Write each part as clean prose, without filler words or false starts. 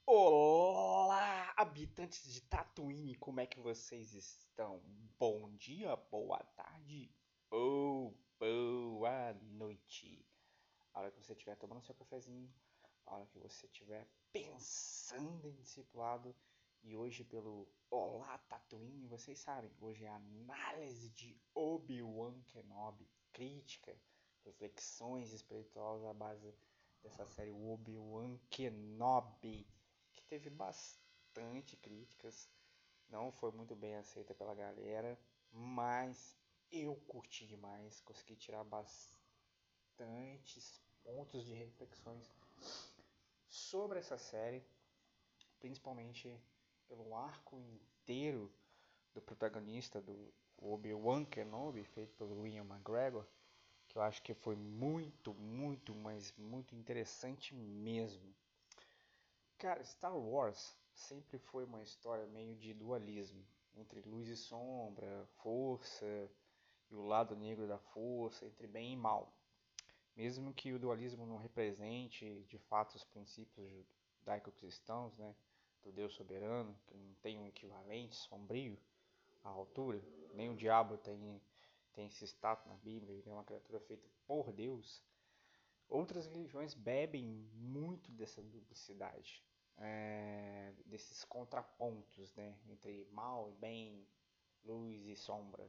Olá, habitantes de Tatooine, como é que vocês estão? Bom dia, boa tarde ou boa noite. A hora que você estiver tomando seu cafezinho, a hora que você estiver pensando em discipulado, e hoje pelo Olá Tatooine, vocês sabem, hoje é a análise de Obi-Wan Kenobi, crítica, reflexões espirituais à base dessa série Obi-Wan Kenobi, que teve bastante críticas, não foi muito bem aceita pela galera, mas eu curti demais, consegui tirar bastantes pontos de reflexões sobre essa série, principalmente pelo arco inteiro do protagonista do Obi-Wan Kenobi, feito pelo Ian McGregor, que eu acho que foi mas muito interessante mesmo. Cara, Star Wars sempre foi uma história meio de dualismo, entre luz e sombra, força e o lado negro da força, entre bem e mal. Mesmo que o dualismo não represente de fato os princípios judaico-cristãos, né, do Deus soberano, que não tem um equivalente sombrio à altura, nem o diabo tem esse status na Bíblia, ele é uma criatura feita por Deus. Outras religiões bebem muito dessa duplicidade, desses contrapontos, né, entre mal e bem, luz e sombra.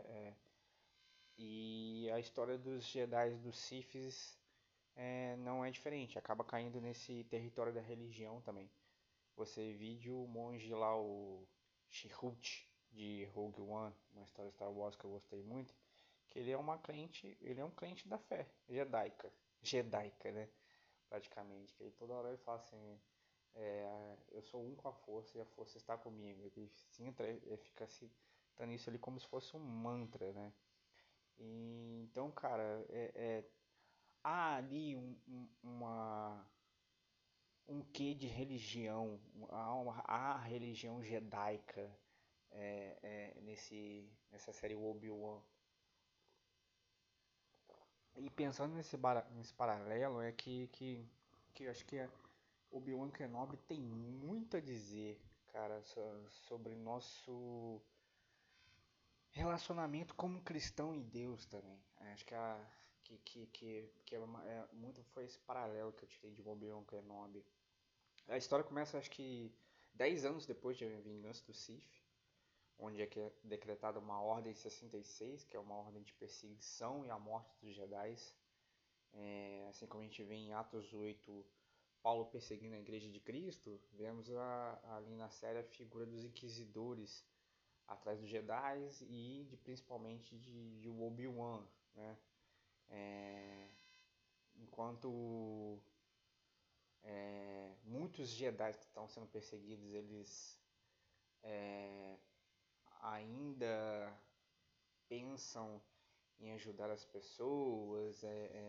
E a história dos Jedi dos Siths não é diferente, acaba caindo nesse território da religião também. Você viu o monge lá, o Chirrut de Rogue One, uma história Star Wars que eu gostei muito, que ele é um crente da fé jedaica, né? Praticamente, que aí toda hora ele fala assim, eu sou um com a força e a força está comigo. Ele fica citando isso ali como se fosse um mantra, né? Então, cara, há ali um quê de religião, há religião jedaica nessa série Obi-Wan. E pensando nesse paralelo, que eu acho que Obi-Wan Kenobi tem muito a dizer, cara, sobre nosso relacionamento como cristão e Deus também. Acho que muito foi esse paralelo que eu tirei de Obi-Wan Kenobi. A história começa, acho que 10 anos depois de A Vingança do Sith, onde é decretada uma Ordem 66, que é uma ordem de perseguição e a morte dos Jedi. Assim como a gente vê em Atos 8, Paulo perseguindo a Igreja de Cristo, vemos ali na série a figura dos inquisidores atrás dos Jedi e principalmente de Obi-Wan, né? Enquanto muitos Jedi que estão sendo perseguidos, eles ainda pensam em ajudar as pessoas,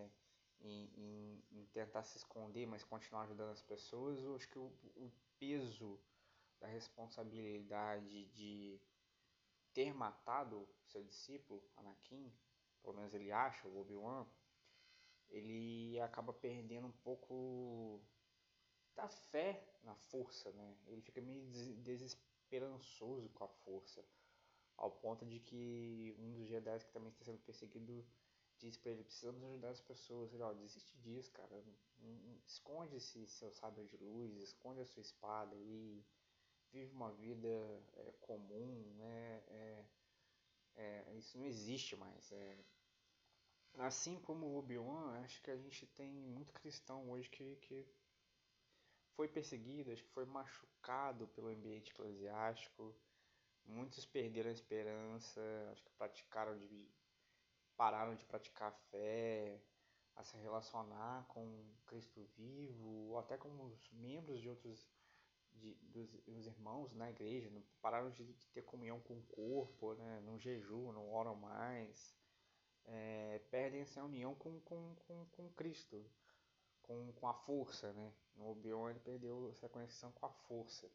em tentar se esconder, mas continuar ajudando as pessoas. Eu acho que o peso da responsabilidade de ter matado seu discípulo, Anakin, pelo menos ele acha, o Obi-Wan, ele acaba perdendo um pouco da fé na força, né? Ele fica meio desesperançoso com a força, ao ponto de que um dos Jedi que também está sendo perseguido diz pra ele: precisamos ajudar as pessoas. Ele: ó, desiste disso, cara. Esconde esse seu sabre de luz, esconde a sua espada e vive uma vida comum, né? Isso não existe mais. Assim como o Obi-Wan, acho que a gente tem muito cristão hoje que foi perseguido, acho que foi machucado pelo ambiente eclesiástico. Muitos perderam a esperança, acho que pararam de praticar a fé, a se relacionar com Cristo vivo, ou até com os membros de outros dos irmãos na igreja, pararam de ter comunhão com o corpo, né? Não jejuam, não oram mais, perdem essa união com Cristo, com a força, né? No Obi-Wan ele perdeu essa conexão com a força.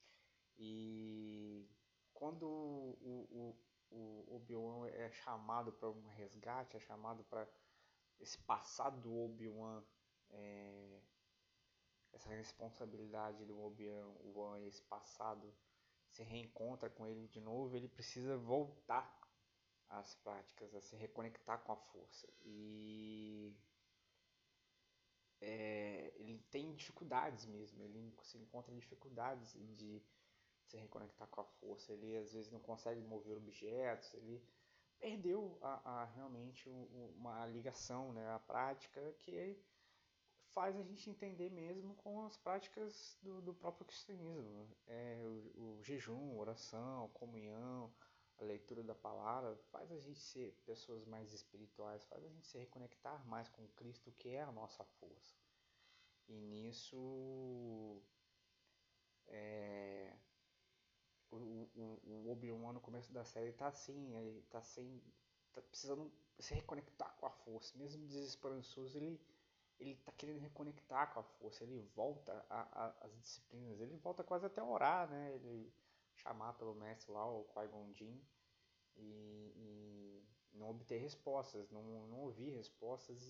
E quando o Obi-Wan é chamado para um resgate, é chamado para esse passado do Obi-Wan essa responsabilidade do Obi-Wan, esse passado, se reencontra com ele de novo, ele precisa voltar às práticas, a se reconectar com a força. E ele tem dificuldades mesmo, ele se encontra dificuldades de se reconectar com a força, ele às vezes não consegue mover objetos, ele perdeu realmente uma ligação, né, a prática que faz a gente entender mesmo com as práticas do próprio cristianismo. O jejum, oração, comunhão, a leitura da palavra faz a gente ser pessoas mais espirituais, faz a gente se reconectar mais com Cristo, que é a nossa força. E nisso o Obi-Wan no começo da série tá assim, ele tá precisando se reconectar com a força, mesmo desesperançoso, ele tá querendo reconectar com a força, ele volta às disciplinas, ele volta quase até a orar, né? Ele chamar pelo mestre lá, o Qui-Gon Jinn, e não obter respostas, não ouvir respostas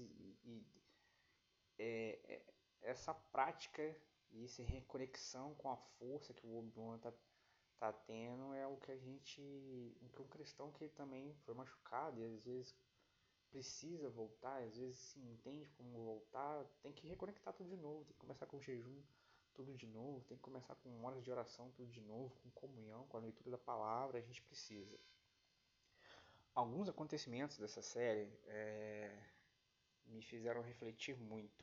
essa prática e essa reconexão com a força que o Obi-Wan tá tendo é o que o que um cristão que também foi machucado e às vezes precisa voltar, às vezes se entende como voltar, tem que reconectar tudo de novo, tem que começar com jejum tudo de novo, tem que começar com horas de oração tudo de novo, com comunhão, com a leitura da palavra, a gente precisa. Alguns acontecimentos dessa série me fizeram refletir muito.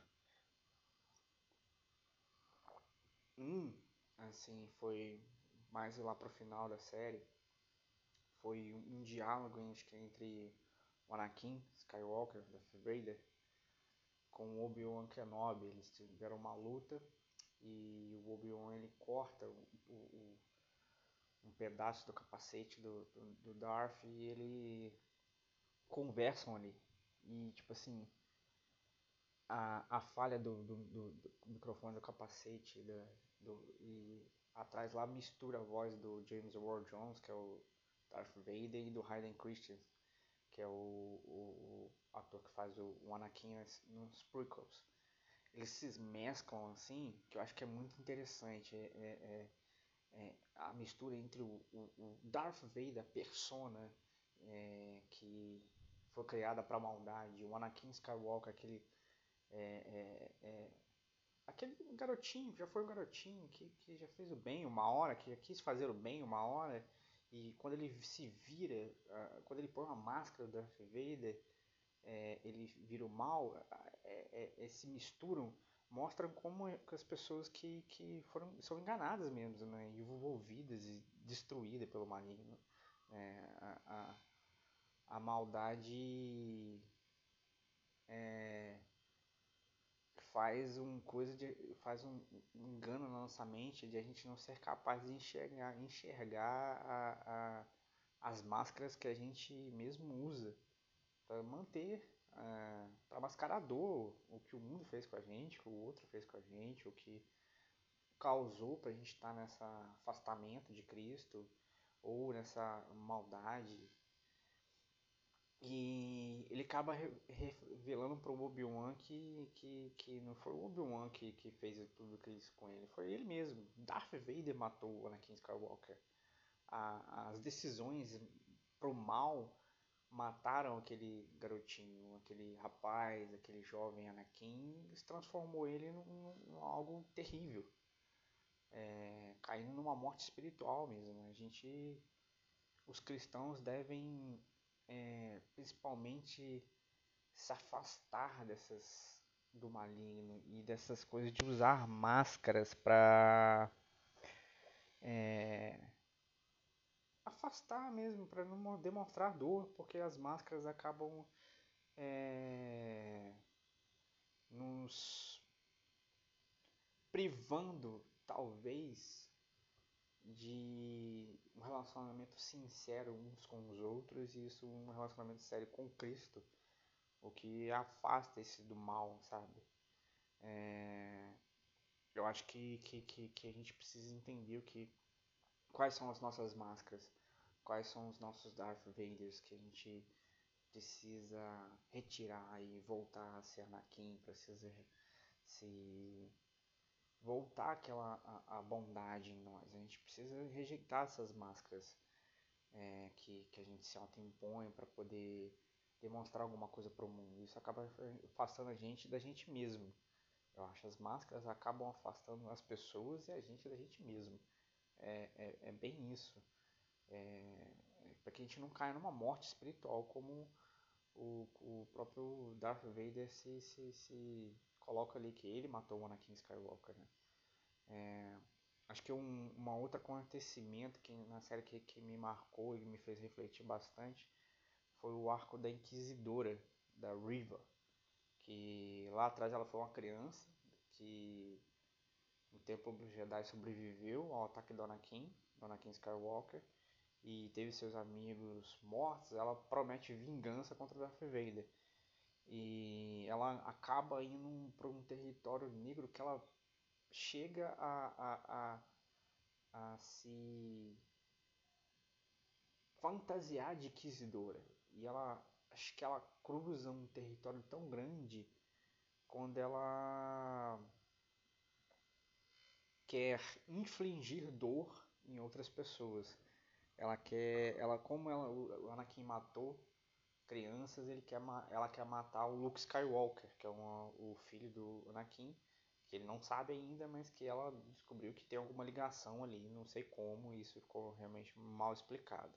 Assim, foi mais lá pro final da série, foi um diálogo entre o Anakin Skywalker, Darth Vader, com o Obi-Wan Kenobi. Eles tiveram uma luta e o Obi-Wan ele corta um pedaço do capacete do Darth e ele conversam ali. E tipo assim, a falha do microfone do capacete e atrás lá mistura a voz do James Earl Jones, que é o Darth Vader, e do Hayden Christensen, que é o ator que faz o Anakin nos prequels. Eles se mesclam assim, que eu acho que é muito interessante. A mistura entre o Darth Vader, a persona que foi criada para maldade, o Anakin Skywalker, aquele garotinho, já foi um garotinho que já fez o bem uma hora, que já quis fazer o bem uma hora, e quando ele se vira, quando ele põe uma máscara do Darth Vader, ele vira o mal, se misturam, mostram como as pessoas que são enganadas mesmo, né, envolvidas e destruídas pelo maligno. A maldade faz um engano na nossa mente de a gente não ser capaz de enxergar as máscaras que a gente mesmo usa para manter, para mascarar a dor, o que o mundo fez com a gente, o que o outro fez com a gente, o que causou para a gente estar nesse afastamento de Cristo ou nessa maldade. E ele acaba revelando para o Obi-Wan que não foi o Obi-Wan que fez tudo isso com ele, foi ele mesmo. Darth Vader matou o Anakin Skywalker. As decisões pro mal mataram aquele garotinho, aquele rapaz, aquele jovem Anakin, e transformou ele num algo terrível, caindo numa morte espiritual mesmo. Os cristãos devem principalmente se afastar do maligno e dessas coisas de usar máscaras para afastar mesmo, para não demonstrar dor, porque as máscaras acabam nos privando, talvez, de um relacionamento sincero uns com os outros e isso um relacionamento sério com Cristo, o que afasta esse do mal, sabe? Eu acho que a gente precisa entender quais são as nossas máscaras, quais são os nossos Darth Vaders que a gente precisa retirar e voltar a ser Anakin, precisa se voltar aquela a bondade em nós. A gente precisa rejeitar essas máscaras que a gente se autoimpõe para poder demonstrar alguma coisa para o mundo. Isso acaba afastando a gente da gente mesmo. Eu acho as máscaras acabam afastando as pessoas e a gente da gente mesmo. É bem isso. Para que a gente não caia numa morte espiritual como o próprio Darth Vader se coloca ali que ele matou o Anakin Skywalker, né? Acho que uma outro acontecimento que na série que me marcou e me fez refletir bastante foi o arco da Inquisidora, da Riva, que lá atrás ela foi uma criança que no Templo dos Jedi sobreviveu ao ataque do Anakin Skywalker, e teve seus amigos mortos. Ela promete vingança contra Darth Vader. E ela acaba indo para um território negro que ela chega a se fantasiar de inquisidora. E ela, acho que ela cruza um território tão grande quando ela quer infligir dor em outras pessoas. Como o Anakin matou crianças, ela quer matar o Luke Skywalker, que é o filho do Anakin, que ele não sabe ainda, mas que ela descobriu que tem alguma ligação ali, não sei como, isso ficou realmente mal explicado.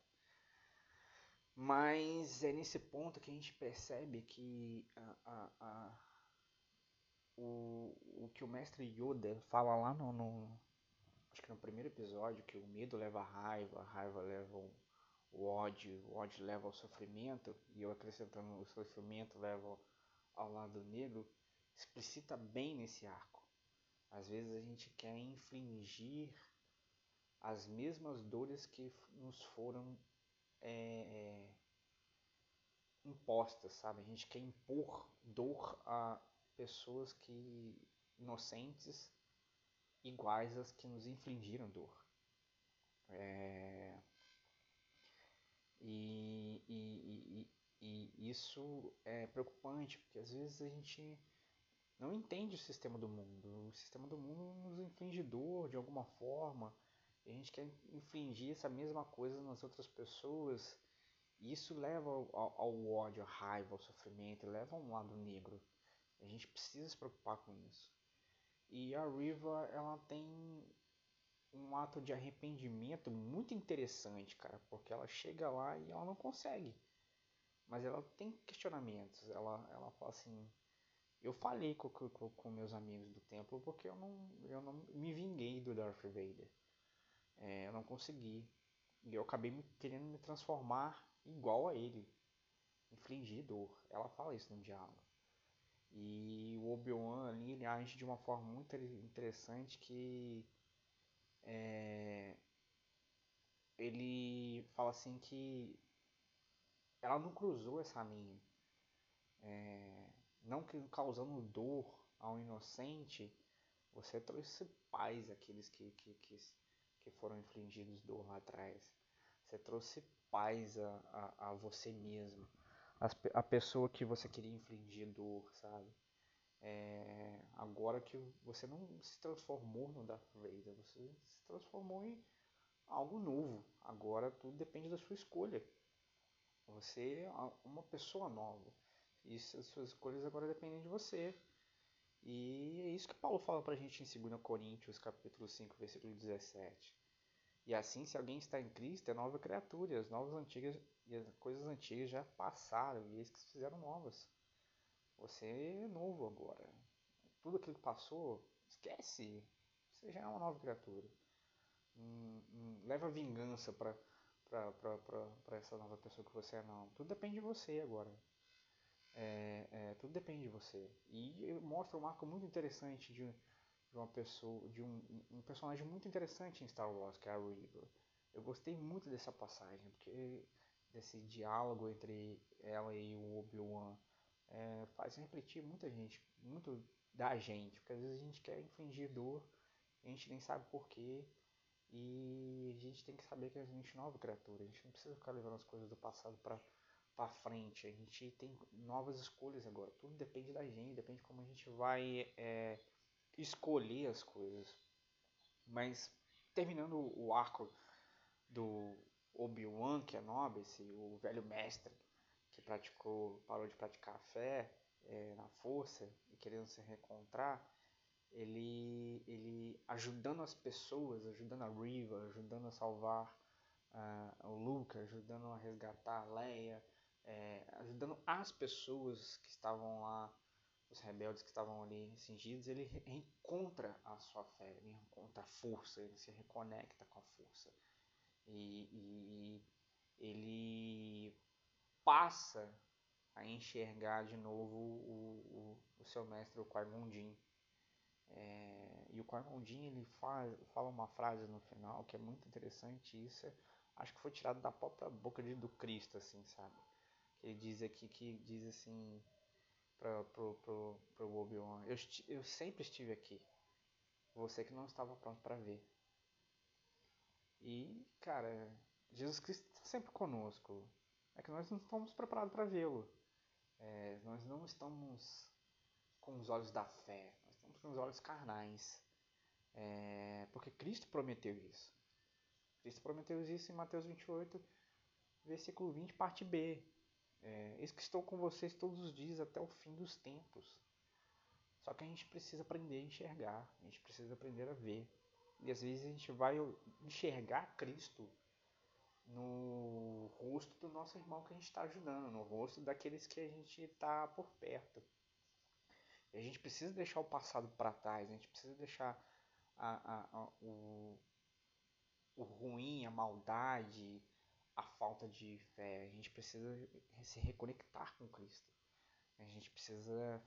Mas é nesse ponto que a gente percebe que o que o mestre Yoda fala lá acho que no primeiro episódio, que o medo leva a raiva leva o ódio leva ao sofrimento, e eu acrescentando o sofrimento leva ao lado negro, explicita bem nesse arco. Às vezes a gente quer infligir as mesmas dores que nos foram impostas, sabe? A gente quer impor dor a pessoas inocentes, iguais às que nos infligiram dor. E isso é preocupante, porque às vezes a gente não entende o sistema do mundo. O sistema do mundo nos inflige dor de alguma forma, e a gente quer infligir essa mesma coisa nas outras pessoas. E isso leva ao ódio, à raiva, ao sofrimento, leva a um lado negro. A gente precisa se preocupar com isso. E a Riva, ela tem um ato de arrependimento muito interessante, cara, porque ela chega lá e ela não consegue. Mas ela tem questionamentos. Ela fala assim: eu falhei com meus amigos do templo porque eu não me vinguei do Darth Vader. Eu não consegui. E eu acabei querendo me transformar igual a ele. Infligir dor. Ela fala isso no diálogo. E o Obi-Wan ali, ele age de uma forma muito interessante que ele fala assim que ela não cruzou essa linha. Não causando dor ao inocente, você trouxe paz àqueles que foram infligidos dor lá atrás. Você trouxe paz a você mesmo. A pessoa que você queria infligir dor, sabe? Agora que você não se transformou no Darth Vader, você se transformou em algo novo. Agora tudo depende da sua escolha. Você é uma pessoa nova. E as suas escolhas agora dependem de você. E é isso que Paulo fala pra gente em 2 Coríntios, capítulo 5, versículo 17. E assim, se alguém está em Cristo, é nova criatura, e as coisas antigas já passaram, e eis que se fizeram novas. Você é novo agora. Tudo aquilo que passou, esquece. Você já é uma nova criatura. Leva vingança pra essa nova pessoa que você é, não. Tudo depende de você agora. Tudo depende de você. E mostra um arco muito interessante de uma pessoa, de um personagem muito interessante em Star Wars, que é a Reva. Eu gostei muito dessa passagem, porque desse diálogo entre ela e o Obi-Wan faz refletir muita gente, muito da gente, porque às vezes a gente quer infligir dor, a gente nem sabe porquê, e a gente tem que saber que a gente é nova criatura, a gente não precisa ficar levando as coisas do passado para frente, a gente tem novas escolhas agora, tudo depende da gente, depende de como a gente vai escolher as coisas. Mas terminando o arco do Obi-Wan Kenobi, o velho mestre que parou de praticar a fé na força e querendo se reencontrar, ele ajudando as pessoas, ajudando a Reva, ajudando a salvar o Luke, ajudando a resgatar a Leia, ajudando as pessoas que estavam lá, os rebeldes que estavam ali cingidos, ele reencontra a sua fé, ele reencontra a força, ele se reconecta com a força. E ele passa a enxergar de novo o seu mestre, o Qui-Gon Jinn. E o Qui-Gon Jinn, ele fala uma frase no final que é muito interessante, isso acho que foi tirado da própria boca do Cristo, assim, sabe? Ele diz aqui, que diz assim pro Obi-Wan: eu sempre estive aqui, você que não estava pronto para ver. E, cara, Jesus Cristo está sempre conosco, é que nós não estamos preparados para vê-lo. Nós não estamos com os olhos da fé, nós estamos com os olhos carnais. Porque Cristo prometeu isso. Cristo prometeu isso em Mateus 28, versículo 20, parte B. Eis que estou com vocês todos os dias até o fim dos tempos. Só que a gente precisa aprender a enxergar, a gente precisa aprender a ver. E às vezes a gente vai enxergar Cristo no rosto do nosso irmão que a gente está ajudando, no rosto daqueles que a gente está por perto. E a gente precisa deixar o passado para trás, a gente precisa deixar o ruim, a maldade, a falta de fé. A gente precisa se reconectar com Cristo. A gente precisa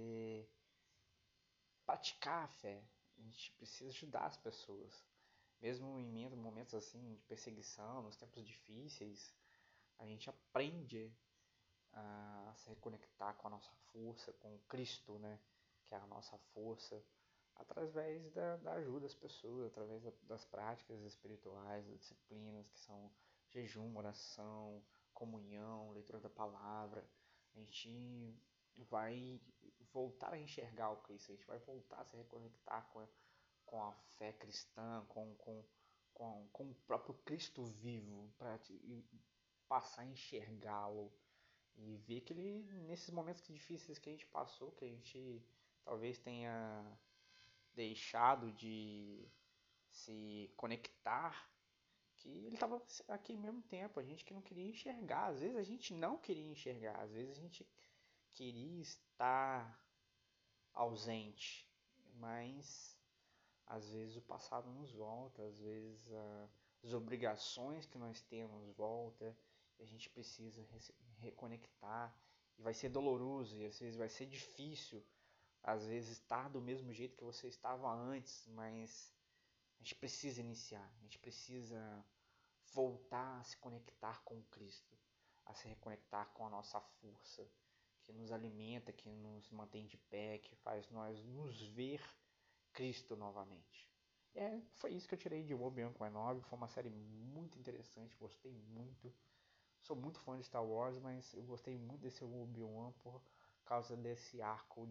praticar a fé. A gente precisa ajudar as pessoas. Mesmo em momentos assim de perseguição, nos tempos difíceis, a gente aprende a se reconectar com a nossa força, com Cristo, né? Que é a nossa força, através da ajuda das pessoas, através das práticas espirituais, das disciplinas que são jejum, oração, comunhão, leitura da palavra. A gente vai voltar a enxergar o Cristo, a gente vai voltar a se reconectar com a fé cristã, com o próprio Cristo vivo, para passar a enxergá-lo e ver que ele, nesses momentos difíceis que a gente passou, que a gente talvez tenha deixado de se conectar, que ele estava aqui ao mesmo tempo, a gente que não queria enxergar, às vezes a gente não queria enxergar, às vezes a gente queria estar ausente, mas às vezes o passado nos volta, às vezes as obrigações que nós temos volta, e a gente precisa reconectar, e vai ser doloroso, e às vezes vai ser difícil, às vezes estar do mesmo jeito que você estava antes, mas a gente precisa iniciar, a gente precisa voltar a se conectar com Cristo, a se reconectar com a nossa força, que nos alimenta, que nos mantém de pé, que faz nós nos ver Cristo novamente. Foi isso que eu tirei de Obi-Wan Kenobi, foi uma série muito interessante, gostei muito. Sou muito fã de Star Wars, mas eu gostei muito desse Obi-Wan por causa desse arco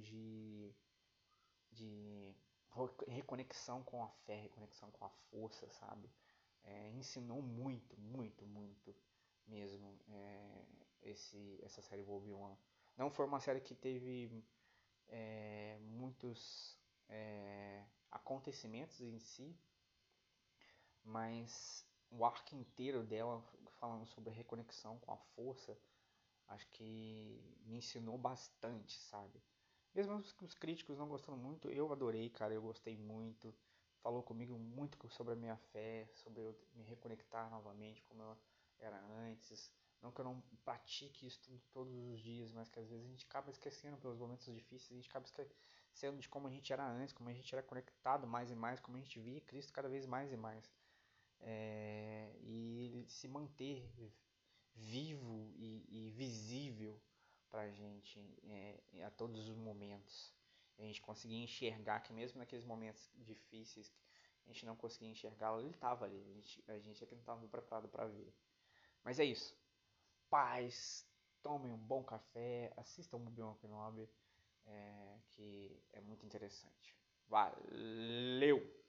de reconexão com a fé, reconexão com a força, sabe? Ensinou muito, muito, muito mesmo essa série Obi-Wan. Não foi uma série que teve muitos acontecimentos em si, mas o arco inteiro dela falando sobre reconexão com a força, acho que me ensinou bastante, sabe? Mesmo os críticos não gostando muito, eu adorei, cara, eu gostei muito. Falou comigo muito sobre a minha fé, sobre eu me reconectar novamente como eu era antes. Não que eu não pratique isso todos os dias, mas que às vezes a gente acaba esquecendo pelos momentos difíceis, a gente acaba esquecendo de como a gente era antes, como a gente era conectado mais e mais, como a gente via Cristo cada vez mais e mais. E se manter vivo e visível pra gente a todos os momentos. A gente conseguir enxergar que mesmo naqueles momentos difíceis a gente não conseguia enxergá-lo, ele estava ali. A gente é que não estava preparado para ver. Mas é isso. Paz, tomem um bom café, assistam o Obi-Wan Kenobi, que é muito interessante. Valeu!